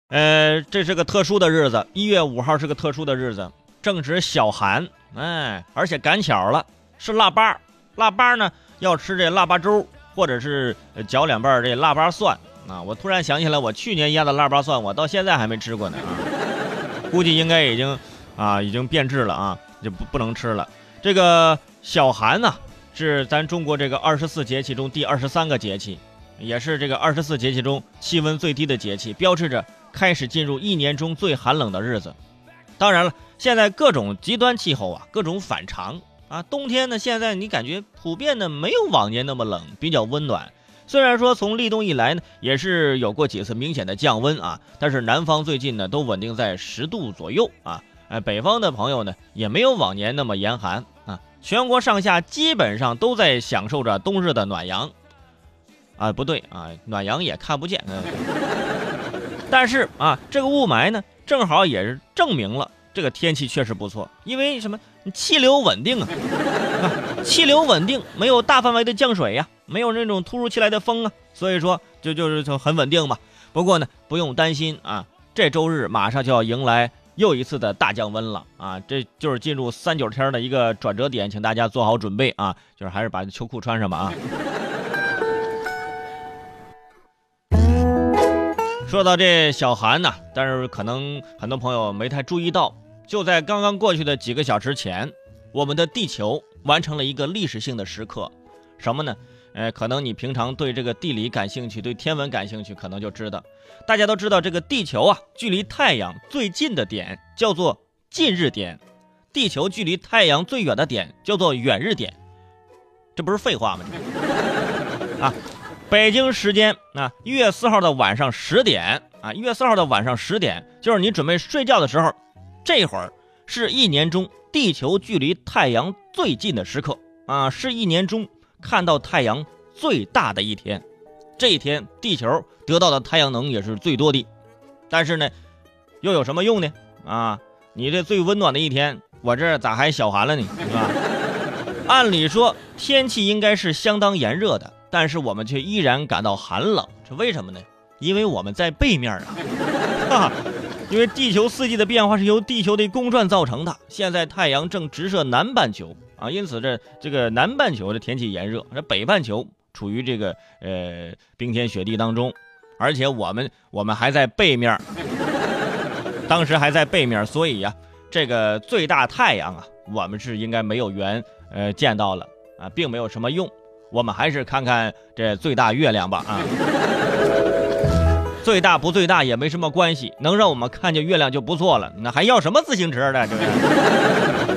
这是个特殊的日子，1月5号是个特殊的日子，正值小寒，而且赶巧了，是腊八。腊八呢，要吃这腊八粥，或者是搅2瓣这腊八蒜啊。我突然想起来，我去年压的腊八蒜，我到现在还没吃过呢啊，估计应该已经变质了啊，就不能吃了。这个小寒呢，是咱中国这个24节气中第23个节气，也是这个24节气中气温最低的节气，标志着开始进入1年中最寒冷的日子。当然了，现在各种极端气候各种反常啊，冬天呢，现在你感觉普遍的没有往年那么冷，比较温暖。虽然说从立冬以来呢，也是有过几次明显的降温啊，但是南方最近呢都稳定在10度左右啊。北方的朋友呢也没有往年那么严寒啊，全国上下基本上都在享受着冬日的暖阳啊，不对啊，暖阳也看不见。但是这个雾霾呢，正好也是证明了这个天气确实不错，因为什么？气流稳定气流稳定，没有大范围的降水没有那种突如其来的风所以说就很稳定嘛。不过呢，不用担心这周日马上就要迎来又一次的大降温了这就是进入39天的一个转折点，请大家做好准备就是还是把秋裤穿上吧说到这小寒呢，但是可能很多朋友没太注意到，就在刚刚过去的几个小时前，我们的地球完成了一个历史性的时刻。什么呢？可能你平常对这个地理感兴趣，对天文感兴趣，可能就知道，大家都知道这个地球距离太阳最近的点叫做近日点，地球距离太阳最远的点叫做远日点。这不是废话吗？北京时间1月4号的晚上10点1月4号的晚上10点，就是你准备睡觉的时候，这会儿是1年中地球距离太阳最近的时刻是1年中看到太阳最大的一天。这一天地球得到的太阳能也是最多的。但是呢，又有什么用呢？你这最温暖的一天，我这咋还小寒了呢？是吧？按理说天气应该是相当炎热的，但是我们却依然感到寒冷，这为什么呢？因为我们在背面因为地球4季的变化是由地球的公转造成的，现在太阳正直射南半球因此这个南半球的天气炎热，这北半球处于这个冰天雪地当中，而且我们还在背面，当时还在背面，所以这个最大太阳我们是应该没有缘见到了并没有什么用。我们还是看看这最大月亮吧最大不最大也没什么关系，能让我们看见月亮就不错了，那还要什么自行车的？